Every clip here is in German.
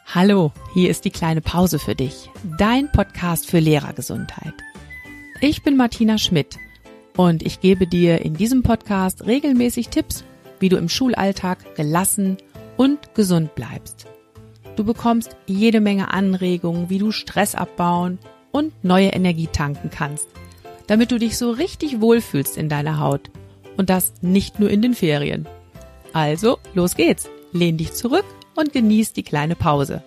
Hallo, hier ist die kleine Pause für dich, dein Podcast für Lehrergesundheit. Ich bin Martina Schmidt und ich gebe dir in diesem Podcast regelmäßig Tipps, wie du im Schulalltag gelassen und gesund bleibst. Du bekommst jede Menge Anregungen, wie du Stress abbauen und neue Energie tanken kannst, damit du dich so richtig wohlfühlst in deiner Haut und das nicht nur in den Ferien. Also, los geht's, lehn dich zurück und genieß die kleine Pause.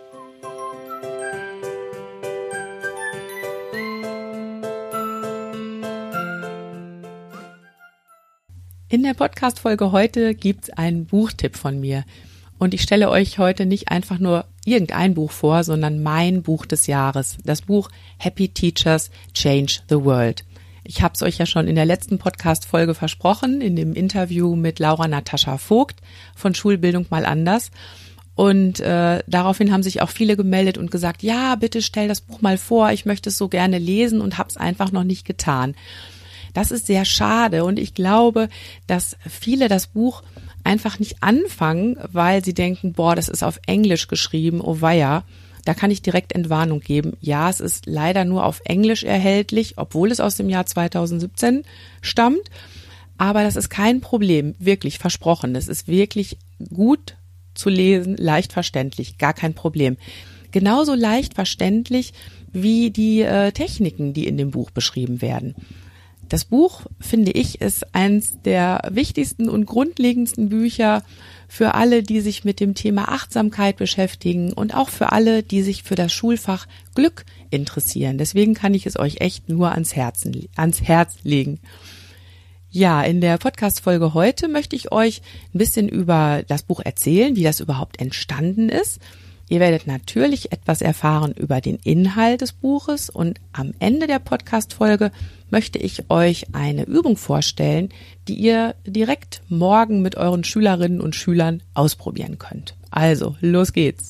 In der Podcast-Folge heute gibt's einen Buchtipp von mir. Und ich stelle euch heute nicht einfach nur irgendein Buch vor, sondern mein Buch des Jahres. Das Buch Happy Teachers Change the World. Ich habe es euch ja schon in der letzten Podcast-Folge versprochen, in dem Interview mit Laura Natascha Vogt von Schulbildung mal anders. Und daraufhin haben sich auch viele gemeldet und gesagt, ja, bitte stell das Buch mal vor, ich möchte es so gerne lesen und habe es einfach noch nicht getan. Das ist sehr schade und ich glaube, dass viele das Buch einfach nicht anfangen, weil sie denken, boah, das ist auf Englisch geschrieben, oh weia. Da kann ich direkt Entwarnung geben. Ja, es ist leider nur auf Englisch erhältlich, obwohl es aus dem Jahr 2017 stammt. Aber das ist kein Problem, wirklich versprochen. Es ist wirklich gut zu lesen, leicht verständlich, gar kein Problem. Genauso leicht verständlich wie die Techniken, die in dem Buch beschrieben werden. Das Buch, finde ich, ist eins der wichtigsten und grundlegendsten Bücher für alle, die sich mit dem Thema Achtsamkeit beschäftigen und auch für alle, die sich für das Schulfach Glück interessieren. Deswegen kann ich es euch echt nur ans Herz legen. Ja, in der Podcast-Folge heute möchte ich euch ein bisschen über das Buch erzählen, wie das überhaupt entstanden ist. Ihr werdet natürlich etwas erfahren über den Inhalt des Buches und am Ende der Podcast-Folge möchte ich euch eine Übung vorstellen, die ihr direkt morgen mit euren Schülerinnen und Schülern ausprobieren könnt. Also, los geht's.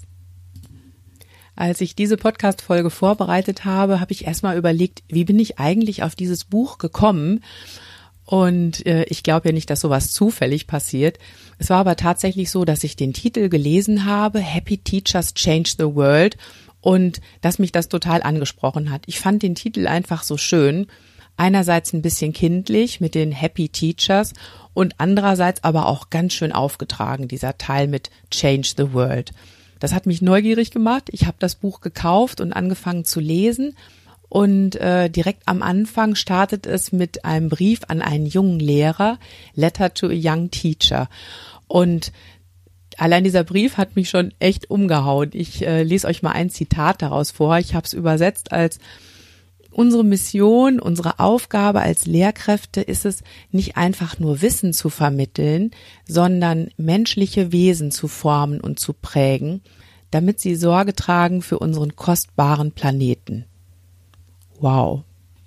Als ich diese Podcast-Folge vorbereitet habe, habe ich erstmal überlegt, wie bin ich eigentlich auf dieses Buch gekommen? Und ich glaube ja nicht, dass sowas zufällig passiert. Es war aber tatsächlich so, dass ich den Titel gelesen habe, Happy Teachers Change the World, und dass mich das total angesprochen hat. Ich fand den Titel einfach so schön. Einerseits ein bisschen kindlich mit den Happy Teachers und andererseits aber auch ganz schön aufgetragen, dieser Teil mit Change the World. Das hat mich neugierig gemacht. Ich habe das Buch gekauft und angefangen zu lesen. Und direkt am Anfang startet es mit einem Brief an einen jungen Lehrer, Letter to a Young Teacher. Und allein dieser Brief hat mich schon echt umgehauen. Ich lese euch mal ein Zitat daraus vor. Ich habe es übersetzt als: Unsere Mission, unsere Aufgabe als Lehrkräfte ist es, nicht einfach nur Wissen zu vermitteln, sondern menschliche Wesen zu formen und zu prägen, damit sie Sorge tragen für unseren kostbaren Planeten. Wow.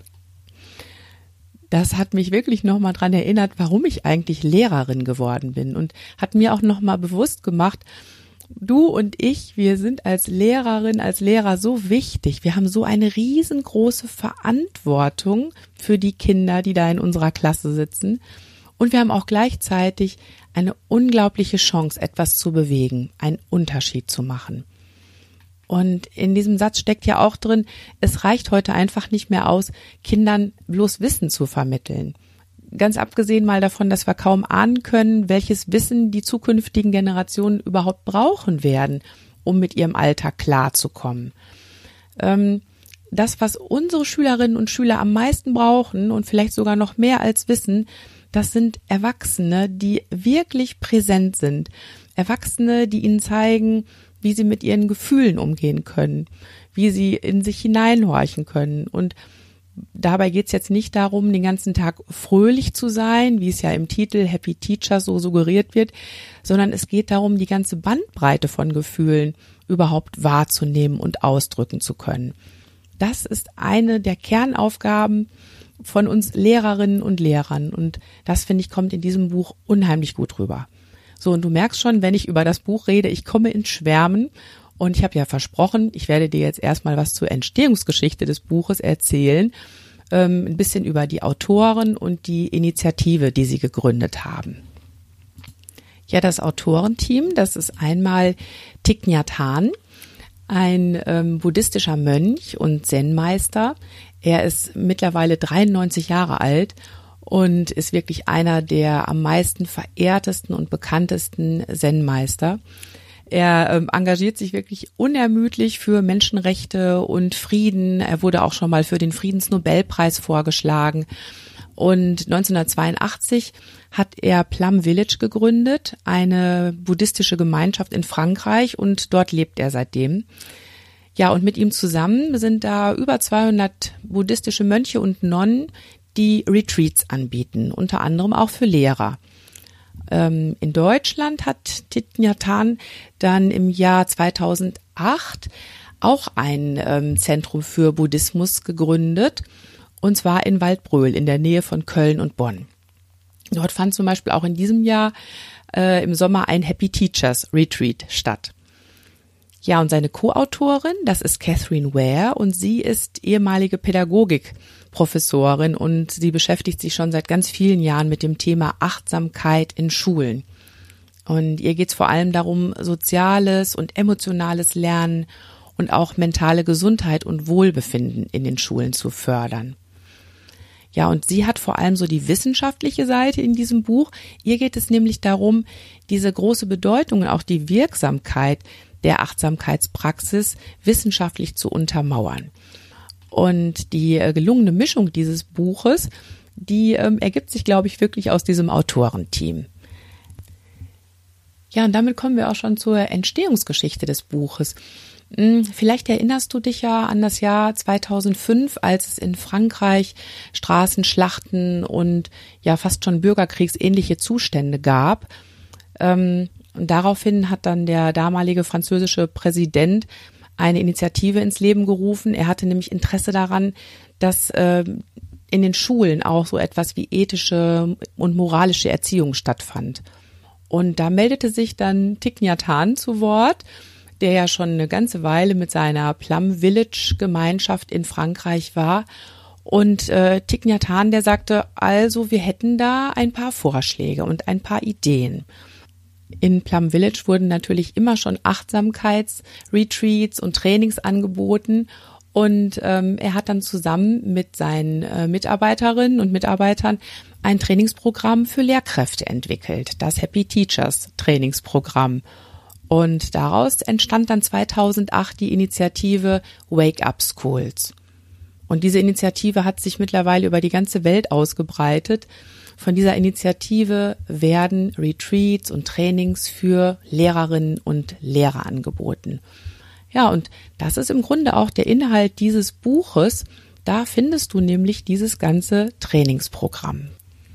Das hat mich wirklich nochmal dran erinnert, warum ich eigentlich Lehrerin geworden bin und hat mir auch nochmal bewusst gemacht, du und ich, wir sind als Lehrerin, als Lehrer so wichtig. Wir haben so eine riesengroße Verantwortung für die Kinder, die da in unserer Klasse sitzen. Und wir haben auch gleichzeitig eine unglaubliche Chance, etwas zu bewegen, einen Unterschied zu machen. Und in diesem Satz steckt ja auch drin, es reicht heute einfach nicht mehr aus, Kindern bloß Wissen zu vermitteln. Ganz abgesehen mal davon, dass wir kaum ahnen können, welches Wissen die zukünftigen Generationen überhaupt brauchen werden, um mit ihrem Alltag klarzukommen. Das, was unsere Schülerinnen und Schüler am meisten brauchen und vielleicht sogar noch mehr als Wissen, das sind Erwachsene, die wirklich präsent sind. Erwachsene, die ihnen zeigen, wie sie mit ihren Gefühlen umgehen können, wie sie in sich hineinhorchen können. Und dabei geht es jetzt nicht darum, den ganzen Tag fröhlich zu sein, wie es ja im Titel Happy Teachers so suggeriert wird, sondern es geht darum, die ganze Bandbreite von Gefühlen überhaupt wahrzunehmen und ausdrücken zu können. Das ist eine der Kernaufgaben von uns Lehrerinnen und Lehrern und das, finde ich, kommt in diesem Buch unheimlich gut rüber. So, und du merkst schon, wenn ich über das Buch rede, ich komme ins Schwärmen und ich habe ja versprochen, ich werde dir jetzt erstmal was zur Entstehungsgeschichte des Buches erzählen, ein bisschen über die Autoren und die Initiative, die sie gegründet haben. Ja, das Autorenteam, das ist einmal Thich Nhat Hanh. ein buddhistischer Mönch und Zen-Meister. Er ist mittlerweile 93 Jahre alt und ist wirklich einer der am meisten verehrtesten und bekanntesten Zen-Meister. Er engagiert sich wirklich unermüdlich für Menschenrechte und Frieden. Er wurde auch schon mal für den Friedensnobelpreis vorgeschlagen. Und 1982 hat er Plum Village gegründet, eine buddhistische Gemeinschaft in Frankreich, und dort lebt er seitdem. Ja, und mit ihm zusammen sind da über 200 buddhistische Mönche und Nonnen, die Retreats anbieten, unter anderem auch für Lehrer. In Deutschland hat Thich Nhat Hanh dann im Jahr 2008 auch ein Zentrum für Buddhismus gegründet, und zwar in Waldbröl in der Nähe von Köln und Bonn. Dort fand zum Beispiel auch in diesem Jahr im Sommer ein Happy Teachers Retreat statt. Ja, und seine Co-Autorin, das ist Catherine Ware, und sie ist ehemalige Pädagogikprofessorin und sie beschäftigt sich schon seit ganz vielen Jahren mit dem Thema Achtsamkeit in Schulen. Und ihr geht es vor allem darum, soziales und emotionales Lernen und auch mentale Gesundheit und Wohlbefinden in den Schulen zu fördern. Ja, und sie hat vor allem so die wissenschaftliche Seite in diesem Buch. Ihr geht es nämlich darum, diese große Bedeutung und auch die Wirksamkeit der Achtsamkeitspraxis wissenschaftlich zu untermauern. Und die gelungene Mischung dieses Buches, die ergibt sich, glaube ich, wirklich aus diesem Autorenteam. Ja, und damit kommen wir auch schon zur Entstehungsgeschichte des Buches. Vielleicht erinnerst du dich ja an das Jahr 2005, als es in Frankreich Straßenschlachten und ja fast schon bürgerkriegsähnliche Zustände gab. Und daraufhin hat dann der damalige französische Präsident eine Initiative ins Leben gerufen. Er hatte nämlich Interesse daran, dass in den Schulen auch so etwas wie ethische und moralische Erziehung stattfand. Und da meldete sich dann Thich Nhat Hanh zu Wort, der ja schon eine ganze Weile mit seiner Plum Village Gemeinschaft in Frankreich war. Und Thich Nhat Hanh, der sagte, also wir hätten da ein paar Vorschläge und ein paar Ideen. In Plum Village wurden natürlich immer schon Achtsamkeitsretreats und Trainings angeboten, und er hat dann zusammen mit seinen Mitarbeiterinnen und Mitarbeitern ein Trainingsprogramm für Lehrkräfte entwickelt, das Happy Teachers Trainingsprogramm. Und daraus entstand dann 2008 die Initiative Wake Up Schools. Und diese Initiative hat sich mittlerweile über die ganze Welt ausgebreitet. Von dieser Initiative werden Retreats und Trainings für Lehrerinnen und Lehrer angeboten. Ja, und das ist im Grunde auch der Inhalt dieses Buches. Da findest du nämlich dieses ganze Trainingsprogramm.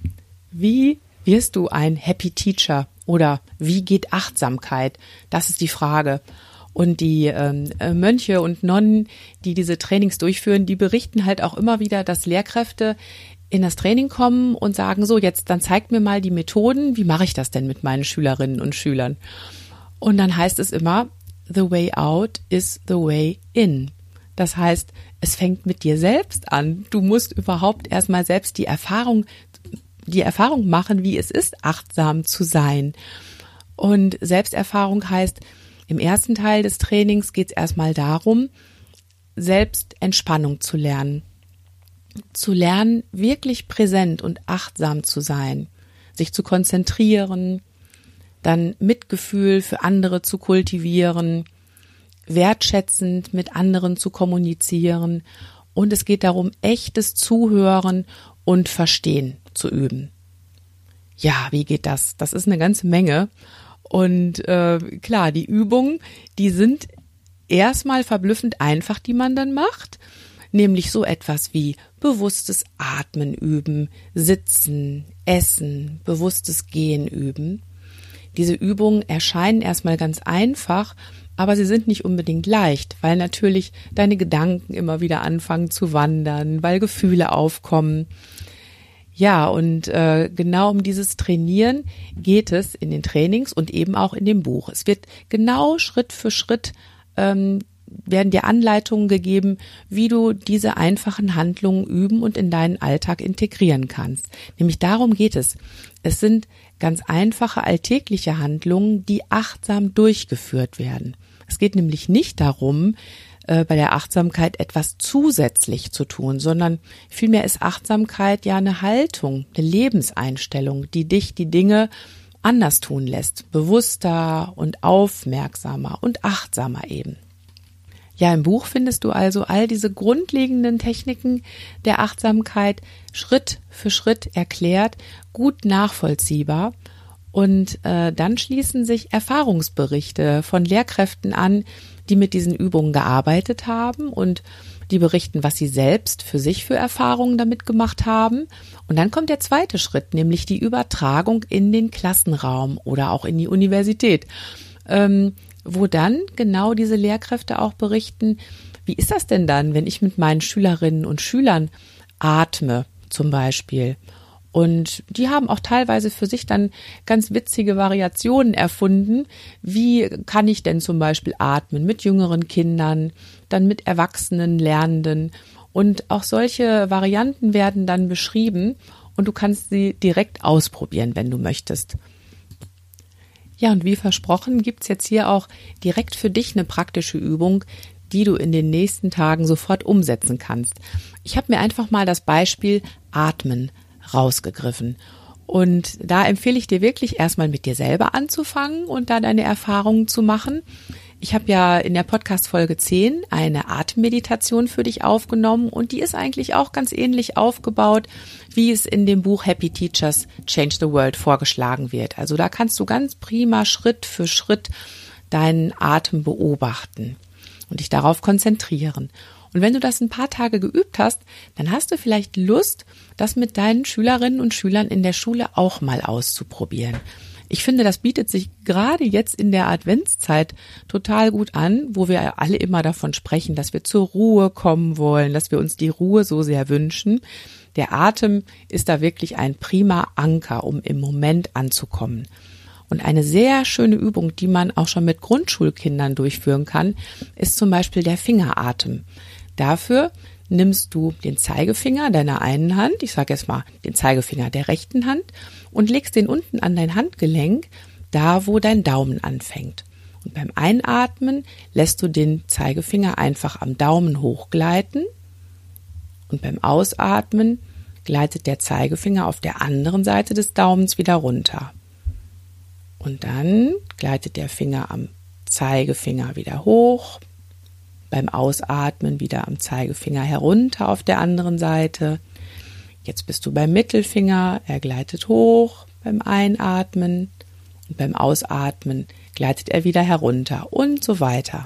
Wie wirst du ein Happy Teacher oder wie geht Achtsamkeit? Das ist die Frage. Und die Mönche und Nonnen, die diese Trainings durchführen, die berichten halt auch immer wieder, dass Lehrkräfte in das Training kommen und sagen, so jetzt, dann zeigt mir mal die Methoden, wie mache ich das denn mit meinen Schülerinnen und Schülern? Und dann heißt es immer, the way out is the way in. Das heißt, es fängt mit dir selbst an. Du musst überhaupt erstmal selbst die Erfahrung machen, wie es ist, achtsam zu sein. Und Selbsterfahrung heißt, im ersten Teil des Trainings geht es erstmal darum, selbst Entspannung zu lernen. Zu lernen, wirklich präsent und achtsam zu sein, sich zu konzentrieren, dann Mitgefühl für andere zu kultivieren, wertschätzend mit anderen zu kommunizieren, und es geht darum, echtes Zuhören und Verstehen zu üben. Ja, wie geht das? Das ist eine ganze Menge. Und klar, die Übungen, die sind erstmal verblüffend einfach, die man dann macht. Nämlich so etwas wie bewusstes Atmen üben, Sitzen, Essen, bewusstes Gehen üben. Diese Übungen erscheinen erstmal ganz einfach, aber sie sind nicht unbedingt leicht, weil natürlich deine Gedanken immer wieder anfangen zu wandern, weil Gefühle aufkommen. Ja, und genau um dieses Trainieren geht es in den Trainings und eben auch in dem Buch. Es wird genau Schritt für Schritt werden dir Anleitungen gegeben, wie du diese einfachen Handlungen üben und in deinen Alltag integrieren kannst. Nämlich darum geht es. Es sind ganz einfache alltägliche Handlungen, die achtsam durchgeführt werden. Es geht nämlich nicht darum, bei der Achtsamkeit etwas zusätzlich zu tun, sondern vielmehr ist Achtsamkeit ja eine Haltung, eine Lebenseinstellung, die dich die Dinge anders tun lässt, bewusster und aufmerksamer und achtsamer eben. Ja, im Buch findest du also all diese grundlegenden Techniken der Achtsamkeit Schritt für Schritt erklärt, gut nachvollziehbar. Und dann schließen sich Erfahrungsberichte von Lehrkräften an, die mit diesen Übungen gearbeitet haben und die berichten, was sie selbst für sich für Erfahrungen damit gemacht haben. Und dann kommt der zweite Schritt, nämlich die Übertragung in den Klassenraum oder auch in die Universität, wo dann genau diese Lehrkräfte auch berichten, wie ist das denn dann, wenn ich mit meinen Schülerinnen und Schülern atme zum Beispiel. Und die haben auch teilweise für sich dann ganz witzige Variationen erfunden. Wie kann ich denn zum Beispiel atmen mit jüngeren Kindern, dann mit erwachsenen Lernenden? Und auch solche Varianten werden dann beschrieben und du kannst sie direkt ausprobieren, wenn du möchtest. Ja, und wie versprochen gibt's jetzt hier auch direkt für dich eine praktische Übung, die du in den nächsten Tagen sofort umsetzen kannst. Ich habe mir einfach mal das Beispiel Atmen rausgegriffen. Und da empfehle ich dir wirklich erstmal mit dir selber anzufangen und da deine Erfahrungen zu machen. Ich habe ja in der Podcast-Folge 10 eine Atemmeditation für dich aufgenommen und die ist eigentlich auch ganz ähnlich aufgebaut, wie es in dem Buch Happy Teachers Change the World vorgeschlagen wird. Also da kannst du ganz prima Schritt für Schritt deinen Atem beobachten und dich darauf konzentrieren. Und wenn du das ein paar Tage geübt hast, dann hast du vielleicht Lust, das mit deinen Schülerinnen und Schülern in der Schule auch mal auszuprobieren. Ich finde, das bietet sich gerade jetzt in der Adventszeit total gut an, wo wir alle immer davon sprechen, dass wir zur Ruhe kommen wollen, dass wir uns die Ruhe so sehr wünschen. Der Atem ist da wirklich ein prima Anker, um im Moment anzukommen. Und eine sehr schöne Übung, die man auch schon mit Grundschulkindern durchführen kann, ist zum Beispiel der Fingeratem. Dafür nimmst du den Zeigefinger deiner einen Hand, ich sage jetzt mal den Zeigefinger der rechten Hand, und legst den unten an dein Handgelenk, da wo dein Daumen anfängt. Und beim Einatmen lässt du den Zeigefinger einfach am Daumen hochgleiten und beim Ausatmen gleitet der Zeigefinger auf der anderen Seite des Daumens wieder runter. Und dann gleitet der Finger am Zeigefinger wieder hoch, beim Ausatmen wieder am Zeigefinger herunter auf der anderen Seite. Jetzt bist du beim Mittelfinger, er gleitet hoch beim Einatmen und beim Ausatmen gleitet er wieder herunter und so weiter.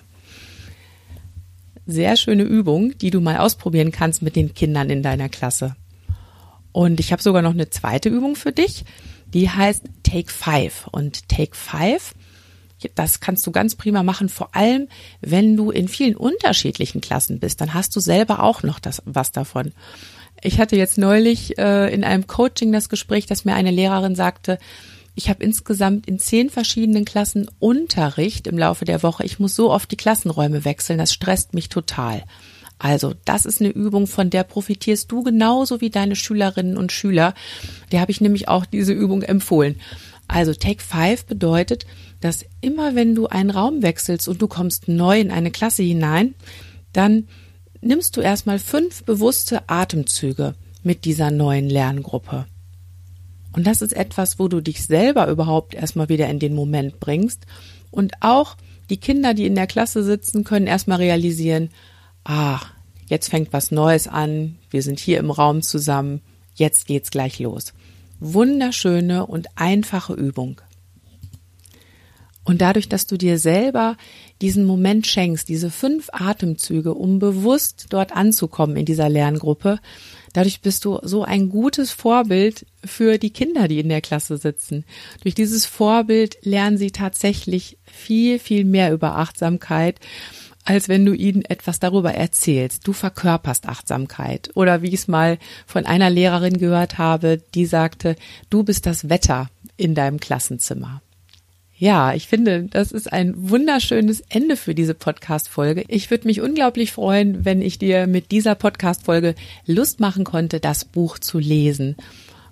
Sehr schöne Übung, die du mal ausprobieren kannst mit den Kindern in deiner Klasse. Und ich habe sogar noch eine zweite Übung für dich, die heißt Take 5. Und Take 5, das kannst du ganz prima machen, vor allem wenn du in vielen unterschiedlichen Klassen bist, dann hast du selber auch noch was davon. Ich hatte jetzt neulich in einem Coaching das Gespräch, dass mir eine Lehrerin sagte, ich habe insgesamt in 10 verschiedenen Klassen Unterricht im Laufe der Woche. Ich muss so oft die Klassenräume wechseln, das stresst mich total. Also das ist eine Übung, von der profitierst du genauso wie deine Schülerinnen und Schüler. Der habe ich nämlich auch diese Übung empfohlen. Also Take 5 bedeutet, dass immer wenn du einen Raum wechselst und du kommst neu in eine Klasse hinein, dann nimmst du erstmal 5 bewusste Atemzüge mit dieser neuen Lerngruppe. Und das ist etwas, wo du dich selber überhaupt erstmal wieder in den Moment bringst. Und auch die Kinder, die in der Klasse sitzen, können erstmal realisieren, jetzt fängt was Neues an, wir sind hier im Raum zusammen, jetzt geht's gleich los. Wunderschöne und einfache Übung. Und dadurch, dass du dir selber diesen Moment schenkst, diese 5 Atemzüge, um bewusst dort anzukommen in dieser Lerngruppe, dadurch bist du so ein gutes Vorbild für die Kinder, die in der Klasse sitzen. Durch dieses Vorbild lernen sie tatsächlich viel, viel mehr über Achtsamkeit, als wenn du ihnen etwas darüber erzählst. Du verkörperst Achtsamkeit. Oder wie ich es mal von einer Lehrerin gehört habe, die sagte, du bist das Wetter in deinem Klassenzimmer. Ja, ich finde, das ist ein wunderschönes Ende für diese Podcast-Folge. Ich würde mich unglaublich freuen, wenn ich dir mit dieser Podcast-Folge Lust machen konnte, das Buch zu lesen.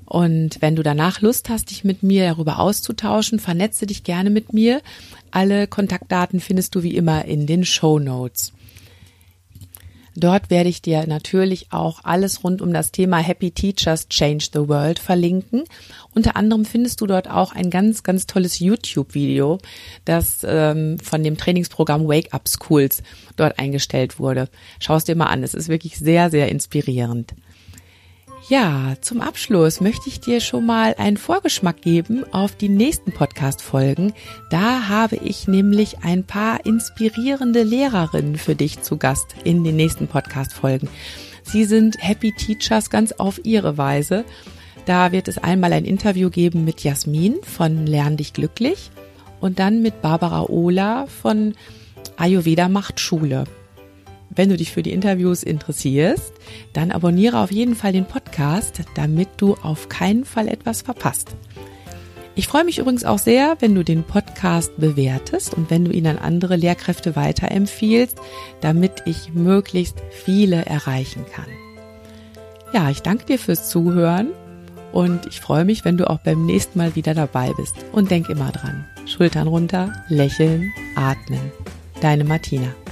Und wenn du danach Lust hast, dich mit mir darüber auszutauschen, vernetze dich gerne mit mir. Alle Kontaktdaten findest du wie immer in den Shownotes. Dort werde ich dir natürlich auch alles rund um das Thema Happy Teachers Change the World verlinken. Unter anderem findest du dort auch ein ganz, ganz tolles YouTube-Video, das von dem Trainingsprogramm Wake Up Schools dort eingestellt wurde. Schau es dir mal an, es ist wirklich sehr, sehr inspirierend. Ja, zum Abschluss möchte ich dir schon mal einen Vorgeschmack geben auf die nächsten Podcast-Folgen. Da habe ich nämlich ein paar inspirierende Lehrerinnen für dich zu Gast in den nächsten Podcast-Folgen. Sie sind Happy Teachers ganz auf ihre Weise. Da wird es einmal ein Interview geben mit Jasmin von Lern dich glücklich und dann mit Barbara Ohler von Ayurveda macht Schule. Wenn du dich für die Interviews interessierst, dann abonniere auf jeden Fall den Podcast, damit du auf keinen Fall etwas verpasst. Ich freue mich übrigens auch sehr, wenn du den Podcast bewertest und wenn du ihn an andere Lehrkräfte weiterempfiehlst, damit ich möglichst viele erreichen kann. Ja, ich danke dir fürs Zuhören und ich freue mich, wenn du auch beim nächsten Mal wieder dabei bist. Und denk immer dran, Schultern runter, lächeln, atmen. Deine Martina.